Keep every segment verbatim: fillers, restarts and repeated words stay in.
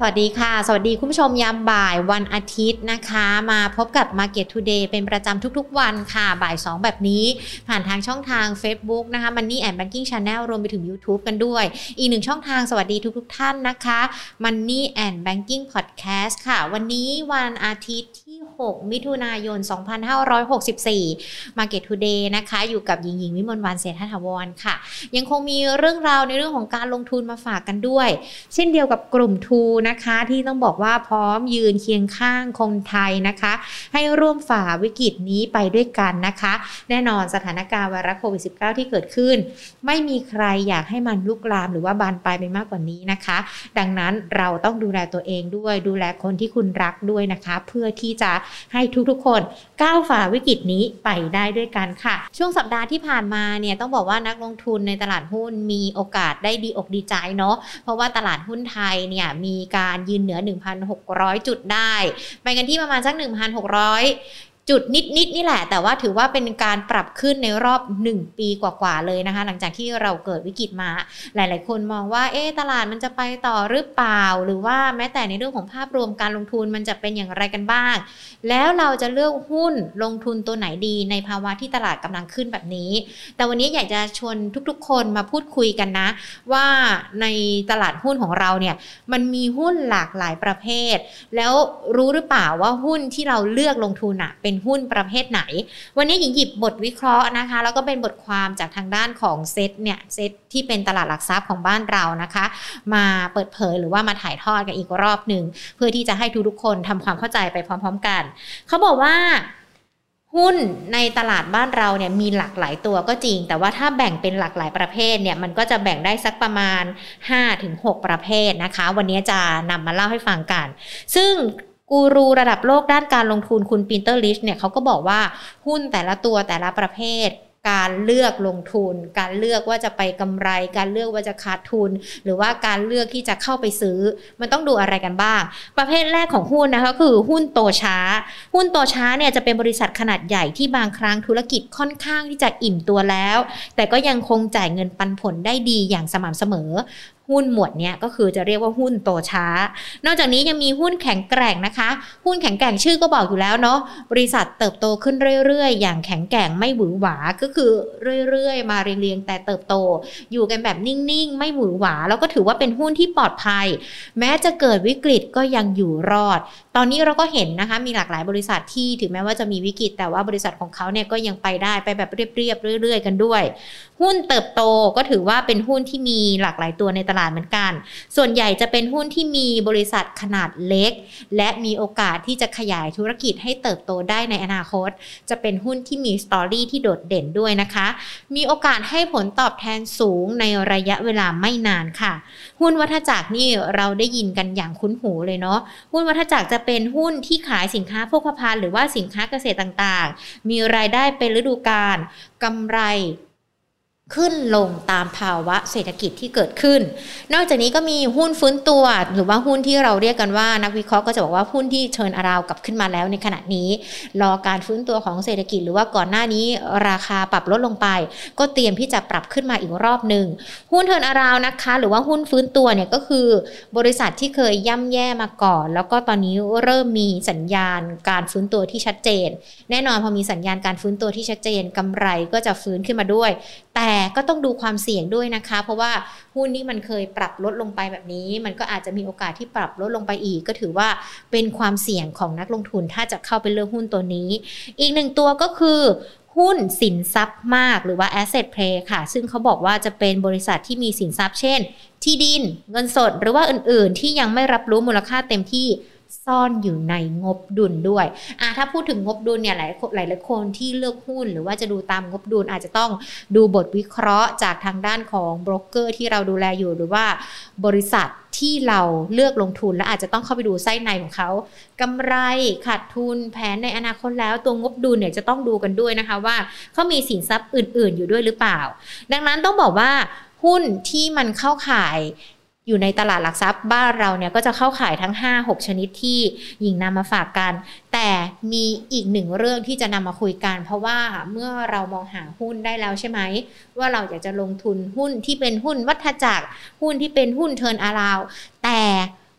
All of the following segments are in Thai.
สวัสดีค่ะสวัสดีคุณผู้ชมยามบ่ายวันอาทิตย์นะคะมาพบกับ Market Today เป็นประจำทุกๆวันค่ะบ่ายสองแบบนี้ผ่านทางช่องทาง Facebook นะคะ Money and Banking Channel รวมไปถึง YouTube กันด้วยอีกหนึ่งช่องทางสวัสดีทุกๆท่านนะคะ Money and Banking Podcast ค่ะวันนี้วันอาทิตย์ที่หกมิถุนายนสองพันห้าร้อยหกสิบสี่ Market Today นะคะอยู่กับหญิงหญิงวิมลวรรณเศรษฐถาวรค่ะยังคงมีเรื่องราวในเรื่องของการลงทุนมาฝากกันด้วยเช่นเดียวกับกลุ่มทูนะคะที่ต้องบอกว่าพร้อมยืนเคียงข้างคนไทยนะคะให้ร่วมฝ่าวิกฤตนี้ไปด้วยกันนะคะแน่นอนสถานการณ์ไวรัสโควิด สิบเก้า ที่เกิดขึ้นไม่มีใครอยากให้มันลุกลามหรือว่าบานปลายไปมากกว่านี้นะคะดังนั้นเราต้องดูแลตัวเองด้วยดูแลคนที่คุณรักด้วยนะคะเพื่อที่จะให้ทุกๆคนก้าวฝ่าวิกฤตนี้ไปได้ด้วยกันค่ะช่วงสัปดาห์ที่ผ่านมาเนี่ยต้องบอกว่านักลงทุนในตลาดหุ้นมีโอกาสได้ดีอกดีใจเนาะเพราะว่าตลาดหุ้นไทยเนี่ยมีการยืนเหนือ หนึ่งพันหกร้อย จุดได้ไปกันที่ประมาณสัก หนึ่งพันหกร้อยจุดนิดๆ น, นี่แหละแต่ว่าถือว่าเป็นการปรับขึ้นในรอบหนึ่งปีกว่าๆเลยนะคะหลังจากที่เราเกิดวิกฤตมาหลายๆคนมองว่าเอ๊ะตลาดมันจะไปต่อหรือเปล่าหรือว่าแม้แต่ในเรื่องของภาพรวมการลงทุนมันจะเป็นอย่างไรกันบ้างแล้วเราจะเลือกหุ้นลงทุนตัวไหนดีในภาวะที่ตลาดกำลังขึ้นแบบนี้แต่วันนี้อยากจะชวนทุกๆคนมาพูดคุยกันนะว่าในตลาดหุ้นของเราเนี่ยมันมีหุ้นหลากหลายประเภทแล้วรู้หรือเปล่าว่าหุ้นที่เราเลือกลงทุนอะเป็นหุ้นประเภทไหนวันนี้หญิงหยิบบทวิเคราะห์นะคะแล้วก็เป็นบทความจากทางด้านของเซตเนี่ยเซตที่เป็นตลาดหลักทรัพย์ของบ้านเรานะคะมาเปิดเผยหรือว่ามาถ่ายทอดกันอีกรอบหนึ่งเพื่อที่จะให้ทุกๆคนทำความเข้าใจไปพร้อมๆกันเขาบอกว่าหุ้นในตลาดบ้านเราเนี่ยมีหลากหลายตัวก็จริงแต่ว่าถ้าแบ่งเป็นหลากหลายประเภทเนี่ยมันก็จะแบ่งได้สักประมาณ ห้าถึงหก ประเภทนะคะวันนี้จะนำมาเล่าให้ฟังกันซึ่งกูรูระดับโลกด้านการลงทุนคุณปีเตอร์ลิชเนี่ยเขาก็บอกว่าหุ้นแต่ละตัวแต่ละประเภทการเลือกลงทุนการเลือกว่าจะไปกำไรการเลือกว่าจะขาดทุนหรือว่าการเลือกที่จะเข้าไปซื้อมันต้องดูอะไรกันบ้างประเภทแรกของหุ้นนะคะคือหุ้นโตช้าหุ้นโตช้าเนี่ยจะเป็นบริษัทขนาดใหญ่ที่บางครั้งธุรกิจค่อนข้างที่จะอิ่มตัวแล้วแต่ก็ยังคงจ่ายเงินปันผลได้ดีอย่างสม่ำเสมอหุ้นหมวดเนี้ยก็คือจะเรียกว่าหุ้นโตช้านอกจากนี้ยังมีหุ้นแข็งแกร่งนะคะหุ้นแข็งแกร่งชื่อก็บอกอยู่แล้วเนาะบริษัทเติบโตขึ้นเรื่อยๆอย่างแข็งแกร่งไม่หวือหวาก็คือเรื่อยๆมาเรียงๆแต่เติบโตอยู่กันแบบนิ่งๆไม่หวือหวาแล้วก็ถือว่าเป็นหุ้นที่ปลอดภัยแม้จะเกิดวิกฤตก็ยังอยู่รอดตอนนี้เราก็เห็นนะคะมีหลากหลายบริษัทที่ถึงแม้ว่าจะมีวิกฤตแต่ว่าบริษัทของเขาเนี่ยก็ยังไปได้ไปแบบเรียบๆเรื่อยๆกันด้วยหุ้นเติบโตก็ถือว่าเป็นหุ้นที่มีหลากหลายตัวในตลาดเหมือนกันส่วนใหญ่จะเป็นหุ้นที่มีบริษัทขนาดเล็กและมีโอกาสที่จะขยายธุรกิจให้เติบโตได้ในอนาคตจะเป็นหุ้นที่มีสตอรี่ที่โดดเด่นด้วยนะคะมีโอกาสให้ผลตอบแทนสูงในระยะเวลาไม่นานค่ะหุ้นวัฏจักรนี่เราได้ยินกันอย่างคุ้นหูเลยเนาะหุ้นวัฏจักรจะเป็นหุ้นที่ขายสินค้าโภคภัณฑ์หรือว่าสินค้าเกษตรต่างๆมีรายได้เป็นฤดูกาลกำไรขึ้นลงตามภาวะเศรษฐกิจที่เกิดขึ้นนอกจากนี้ก็มีหุ้นฟื้นตัวหรือว่าหุ้นที่เราเรียกกันว่านักวิเคราะห์ก็จะบอกว่าหุ้นที่เทิร์นอราวด์กลับขึ้นมาแล้วในขณะนี้รอการฟื้นตัวของเศรษฐกิจหรือว่าก่อนหน้านี้ราคาปรับลดลงไปก็เตรียมที่จะปรับขึ้นมาอีกรอบนึงหุ้นเทิร์นอราวด์นะคะหรือว่าหุ้นฟื้นตัวเนี่ยก็คือบริษัทที่เคยย่ำแย่มาก่อนแล้วก็ตอนนี้เริ่มมีสัญญาณการฟื้นตัวที่ชัดเจนแน่นอนพอมีสัญญาณการฟื้นตัวที่ชัดเจนกำไรก็จะฟื้นขึ้นมาด้วยแต่ก็ต้องดูความเสี่ยงด้วยนะคะเพราะว่าหุ้นที่มันเคยปรับลดลงไปแบบนี้มันก็อาจจะมีโอกาสที่ปรับลดลงไปอีกก็ถือว่าเป็นความเสี่ยงของนักลงทุนถ้าจะเข้าไปเลือกหุ้นตัวนี้อีกหนึ่งตัวก็คือหุ้นสินทรัพย์มากหรือว่า asset play ค่ะซึ่งเขาบอกว่าจะเป็นบริษัทที่มีสินทรัพย์เช่นที่ดินเงินสดหรือว่าอื่นๆที่ยังไม่รับรู้มูลค่าเต็มที่ซ่อนอยู่ในงบดุลด้วยอ่ะถ้าพูดถึงงบดุลเนี่ยหลายหลายหลายคนที่เลือกหุ้นหรือว่าจะดูตามงบดุลอาจจะต้องดูบทวิเคราะห์จากทางด้านของโบรกเกอร์ที่เราดูแลอยู่หรือว่าบริษัทที่เราเลือกลงทุนและอาจจะต้องเข้าไปดูไส้ในของเขากำไรขาดทุนแผนในอนาคตแล้วตัวงบดุลเนี่ยจะต้องดูกันด้วยนะคะว่าเขามีสินทรัพย์อื่นๆอยู่ด้วยหรือเปล่าดังนั้นต้องบอกว่าหุ้นที่มันเข้าข่ายอยู่ในตลาดหลักทรัพย์บ้านเราเนี่ยก็จะเข้าข่ายทั้ง ห้าหก ชนิดที่หญิงนำมาฝากกันแต่มีอีกหนึ่งเรื่องที่จะนำมาคุยกันเพราะว่าเมื่อเรามองหาหุ้นได้แล้วใช่ไหมว่าเราอยากจะลงทุนหุ้นที่เป็นหุ้นวัฏจักรหุ้นที่เป็นหุ้นเทิร์นอราวด์แต่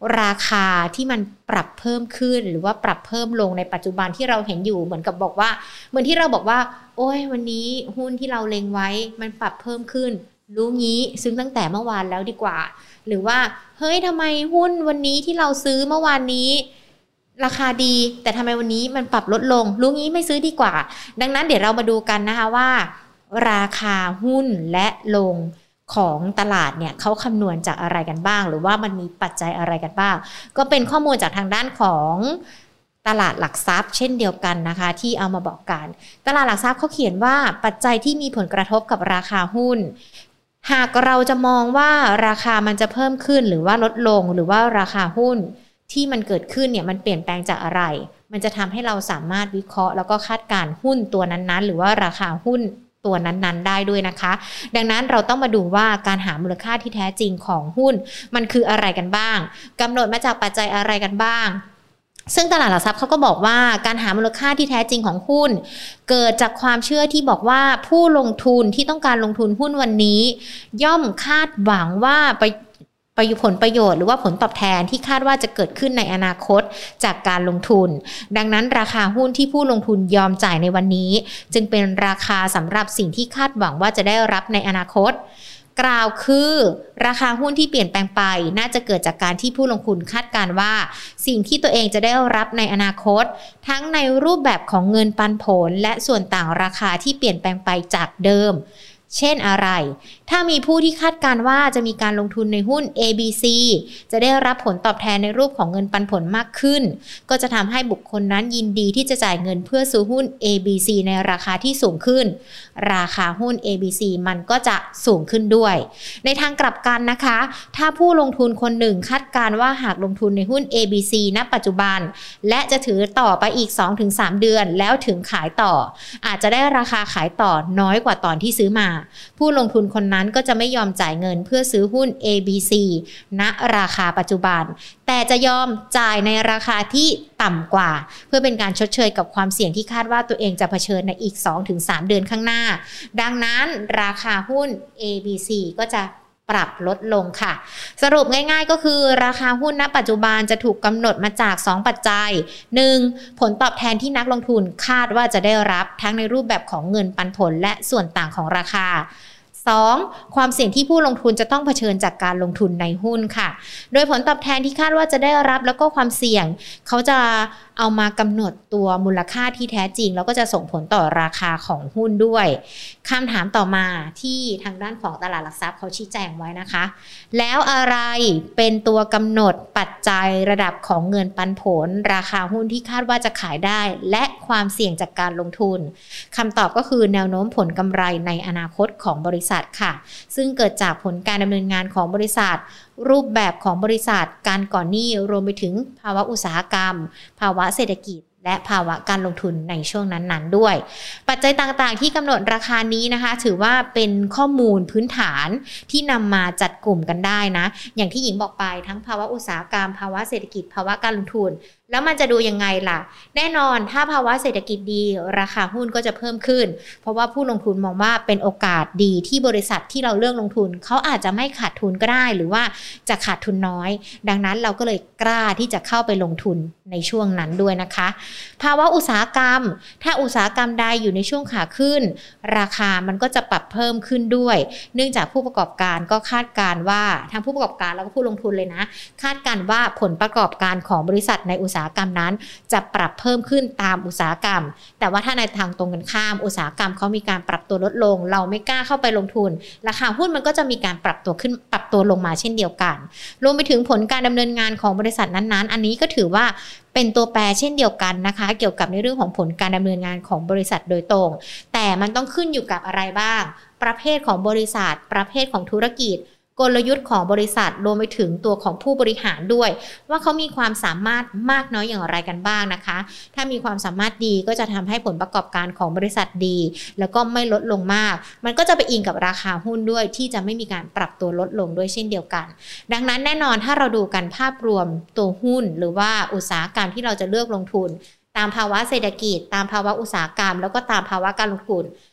ราคาที่มันปรับเพิ่มขึ้นหรือว่าปรับเพิ่มลงในปัจจุบันที่เราเห็นอยู่เหมือนกับบอกว่าเหมือนที่เราบอกว่าโอ้ยวันนี้หุ้นที่เราเล็งไว้มันปรับเพิ่มขึ้นรู้งี้ซื้อตั้งแต่เมื่อวานแล้วดีกว่าหรือว่าเฮ้ยทำไมหุ้นวันนี้ที่เราซื้อเมื่อวานนี้ราคาดีแต่ทำไมวันนี้มันปรับลดลงรู้งี้ไม่ซื้อดีกว่าดังนั้นเดี๋ยวเรามาดูกันนะคะว่าราคาหุ้นและลงของตลาดเนี่ยเขาคำนวณจากอะไรกันบ้างหรือว่ามันมีปัจจัยอะไรกันบ้างก็เป็นข้อมูลจากทางด้านของตลาดหลักทรัพย์เช่นเดียวกันนะคะที่เอามาบอกกันตลาดหลักทรัพย์เขาเขียนว่าปัจจัยที่มีผลกระทบกับราคาหุ้นหากเราจะมองว่าราคามันจะเพิ่มขึ้นหรือว่าลดลงหรือว่าราคาหุ้นที่มันเกิดขึ้นเนี่ยมันเปลี่ยนแปลงจากอะไรมันจะทำให้เราสามารถวิเคราะห์แล้วก็คาดการณ์หุ้นตัวนั้นๆหรือว่าราคาหุ้นตัวนั้นๆได้ด้วยนะคะดังนั้นเราต้องมาดูว่าการหามูลค่าที่แท้จริงของหุ้นมันคืออะไรกันบ้างกำหนดมาจากปัจจัยอะไรกันบ้างซึ่งตลาดหลักทรัพย์เขาก็บอกว่าการหามูลค่าที่แท้จริงของหุ้นเกิดจากความเชื่อที่บอกว่าผู้ลงทุนที่ต้องการลงทุนหุ้นวันนี้ย่อมคาดหวังว่าไปประโยชน์ผลประโยชน์หรือว่าผลตอบแทนที่คาดว่าจะเกิดขึ้นในอนาคตจากการลงทุนดังนั้นราคาหุ้นที่ผู้ลงทุนยอมจ่ายในวันนี้จึงเป็นราคาสำหรับสิ่งที่คาดหวังว่าจะได้รับในอนาคตกล่าวคือราคาหุ้นที่เปลี่ยนแปลงไปน่าจะเกิดจากการที่ผู้ลงทุนคาดการณ์ว่าสิ่งที่ตัวเองจะได้รับในอนาคตทั้งในรูปแบบของเงินปันผลและส่วนต่างราคาที่เปลี่ยนแปลงไปจากเดิมเช่นอะไรถ้ามีผู้ที่คาดการณ์ว่าจะมีการลงทุนในหุ้น เอ บี ซี จะได้รับผลตอบแทนในรูปของเงินปันผลมากขึ้นก็จะทำให้บุคคลนั้นยินดีที่จะจ่ายเงินเพื่อซื้อหุ้น เอ บี ซี ในราคาที่สูงขึ้นราคาหุ้น เอ บี ซี มันก็จะสูงขึ้นด้วยในทางกลับกันนะคะถ้าผู้ลงทุนคนหนึ่งคาดการณ์ว่าหากลงทุนในหุ้น เอ บี ซี ณ ปัจจุบันและจะถือต่อไปอีก สองถึงสาม เดือนแล้วถึงขายต่ออาจจะได้ราคาขายต่อน้อยกว่าตอนที่ซื้อมาผู้ลงทุนคนนั้นก็จะไม่ยอมจ่ายเงินเพื่อซื้อหุ้น เอ บี ซี ณ ราคาปัจจุบันแต่จะยอมจ่ายในราคาที่ต่ำกว่าเพื่อเป็นการชดเชยกับความเสี่ยงที่คาดว่าตัวเองจะเผชิญในอีก สองถึงสาม เดือนข้างหน้าดังนั้นราคาหุ้น เอ บี ซี ก็จะปรับลดลงค่ะสรุปง่ายๆก็คือราคาหุ้นณปัจจุบันจะถูกกำหนดมาจากสองปัจจัย หนึ่ง ผลตอบแทนที่นักลงทุนคาดว่าจะได้รับทั้งในรูปแบบของเงินปันผลและส่วนต่างของราคาสอง ความเสี่ยงที่ผู้ลงทุนจะต้องเผชิญจากการลงทุนในหุ้นค่ะโดยผลตอบแทนที่คาดว่าจะได้รับแล้วก็ความเสี่ยงเขาจะเอามากำหนดตัวมูลค่าที่แท้จริงแล้วก็จะส่งผลต่อราคาของหุ้นด้วยคำถามต่อมาที่ทางด้านของตลาดหลักทรัพย์เขาชี้แจงไว้นะคะแล้วอะไรเป็นตัวกำหนดปัจจัยระดับของเงินปันผลราคาหุ้นที่คาดว่าจะขายได้และความเสี่ยงจากการลงทุนคำตอบก็คือแนวโน้มผลกำไรในอนาคตของบริษัทค่ะซึ่งเกิดจากผลการดำเนินงานของบริษัทรูปแบบของบริษัทการก่อนหนี้รวมไปถึงภาวะอุตสาหกรรมภาวะเศรษฐกิจและภาวะการลงทุนในช่วงนั้นๆด้วยปัจจัยต่างๆที่กำหนดราคานี้นะคะถือว่าเป็นข้อมูลพื้นฐานที่นำมาจัดกลุ่มกันได้นะอย่างที่หญิงบอกไปทั้งภาวะอุตสาหกรรมภาวะเศรษฐกิจภาวะการลงทุนแล้วมันจะดูยังไงล่ะแน่นอนถ้าภาวะเศรษฐกิจดีราคาหุ้นก็จะเพิ่มขึ้นเพราะว่าผู้ลงทุนมองว่าเป็นโอกาสดีที่บริษัทที่เราเลือกลงทุนเขาอาจจะไม่ขาดทุนก็ได้หรือว่าจะขาดทุนน้อยดังนั้นเราก็เลยกล้าที่จะเข้าไปลงทุนในช่วงนั้นด้วยนะคะภาวะอุตสาหกรรมถ้าอุตสาหกรรมใดอยู่ในช่วงขาขึ้นราคามันก็จะปรับเพิ่มขึ้นด้วยเนื่องจากผู้ประกอบการก็คาดการณ์ว่าทั้งผู้ประกอบการแล้วก็ผู้ลงทุนเลยนะคาดการณ์ว่าผลประกอบการของบริษัทในอุตสาหกรรมนั้นจะปรับเพิ่มขึ้นตามอุตสาหกรรมแต่ว่าถ้าในทางตรงกันข้ามอุตสาหกรรมเขามีการปรับตัวลดลงเราไม่กล้าเข้าไปลงทุนราคาหุ้นมันก็จะมีการปรับตัวขึ้นปรับตัวลงมาเช่นเดียวกันรวมไปถึงผลการดำเนินงานของบริษัทนั้นๆอันนี้ก็ถือว่าเป็นตัวแปรเช่นเดียวกันนะคะเกี่ยวกับในเรื่องของผลการดำเนินงานของบริษัทโดยตรงแต่มันต้องขึ้นอยู่กับอะไรบ้างประเภทของบริษัทประเภทของธุรกิจกลยุทธ์ของบริษัทรวมไปถึงตัวของผู้บริหารด้วยว่าเขามีความสามารถมากน้อยอย่างไรกันบ้างนะคะถ้ามีความสามารถดีก็จะทำให้ผลประกอบการของบริษัทดีแล้วก็ไม่ลดลงมากมันก็จะไปอิงกับราคาหุ้นด้วยที่จะไม่มีการปรับตัวลดลงด้วยเช่นเดียวกันดังนั้นแน่นอนถ้าเราดูกันภาพรวมตัวหุ้นหรือว่าอุตสาหกรรมที่เราจะเลือกลงทุนตามภาวะเศรษฐกิจตามภาวะอุตสาหกรรมแล้วก็ตามภาวะการลงทุน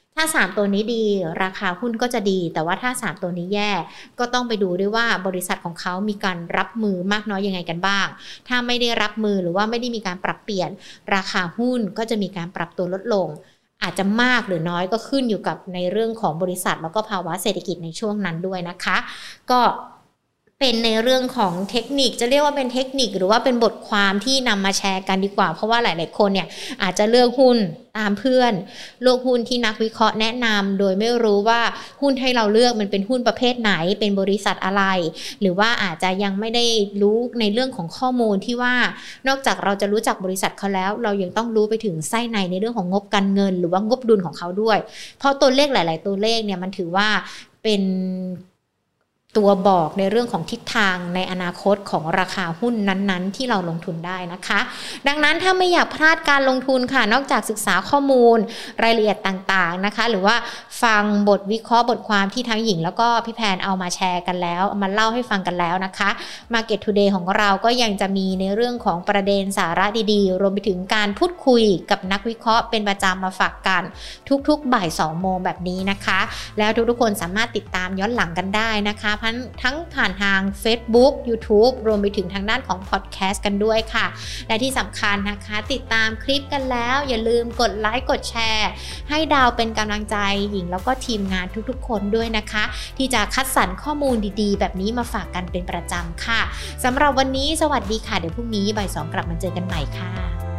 ถ้าสามตัวนี้ดีราคาหุ้นก็จะดีแต่ว่าถ้าสามตัวนี้แย่ก็ต้องไปดูด้วยว่าบริษัทของเขามีการรับมือมากน้อยยังไงกันบ้างถ้าไม่ได้รับมือหรือว่าไม่ได้มีการปรับเปลี่ยนราคาหุ้นก็จะมีการปรับตัวลดลงอาจจะมากหรือน้อยก็ขึ้นอยู่กับในเรื่องของบริษัทแล้วก็ภาวะเศรษฐกิจในช่วงนั้นด้วยนะคะก็เป็นในเรื่องของเทคนิคจะเรียกว่าเป็นเทคนิคหรือว่าเป็นบทความที่นำมาแชร์กันดีกว่าเพราะว่าหลายๆคนเนี่ยอาจจะเลือกหุ้นตามเพื่อนเลือกหุ้นที่นักวิเคราะห์แนะนำโดยไม่รู้ว่าหุ้นให้เราเลือกมันเป็นหุ้นประเภทไหนเป็นบริษัทอะไรหรือว่าอาจจะยังไม่ได้รู้ในเรื่องของข้อมูลที่ว่านอกจากเราจะรู้จักบริษัทเขาแล้วเรายังต้องรู้ไปถึงไส้ในในเรื่องของงบการเงินหรือว่างบดุลของเขาด้วยเพราะตัวเลขหลายๆตัวเลขเนี่ยมันถือว่าเป็นตัวบอกในเรื่องของทิศทางในอนาคตของราคาหุ้นนั้นๆที่เราลงทุนได้นะคะดังนั้นถ้าไม่อยากพลาดการลงทุนค่ะนอกจากศึกษาข้อมูลรายละเอียดต่างๆนะคะหรือว่าฟังบทวิเคราะห์บทความที่ทั้งหญิงแล้วก็พี่แพนเอามาแชร์กันแล้วมาเล่าให้ฟังกันแล้วนะคะ Market Today ของเราก็ยังจะมีในเรื่องของประเด็นสาระดีๆรวมไปถึงการพูดคุยกับนักวิเคราะห์เป็นประจำมาฝากกันทุกๆบ่ายสองโมงแบบนี้นะคะแล้วทุกๆคนสามารถติดตามย้อนหลังกันได้นะคะทั้งผ่านทาง Facebook YouTube รวมไปถึงทางด้านของ Podcast กันด้วยค่ะและที่สำคัญนะคะติดตามคลิปกันแล้วอย่าลืมกดไลค์กดแชร์ให้ดาวเป็นกำลังใจหญิงแล้วก็ทีมงานทุกๆคนด้วยนะคะที่จะคัดสรรข้อมูลดีๆแบบนี้มาฝากกันเป็นประจำค่ะสำหรับวันนี้สวัสดีค่ะเดี๋ยวพรุ่งนี้บ่ายสองกลับมาเจอกันใหม่ค่ะ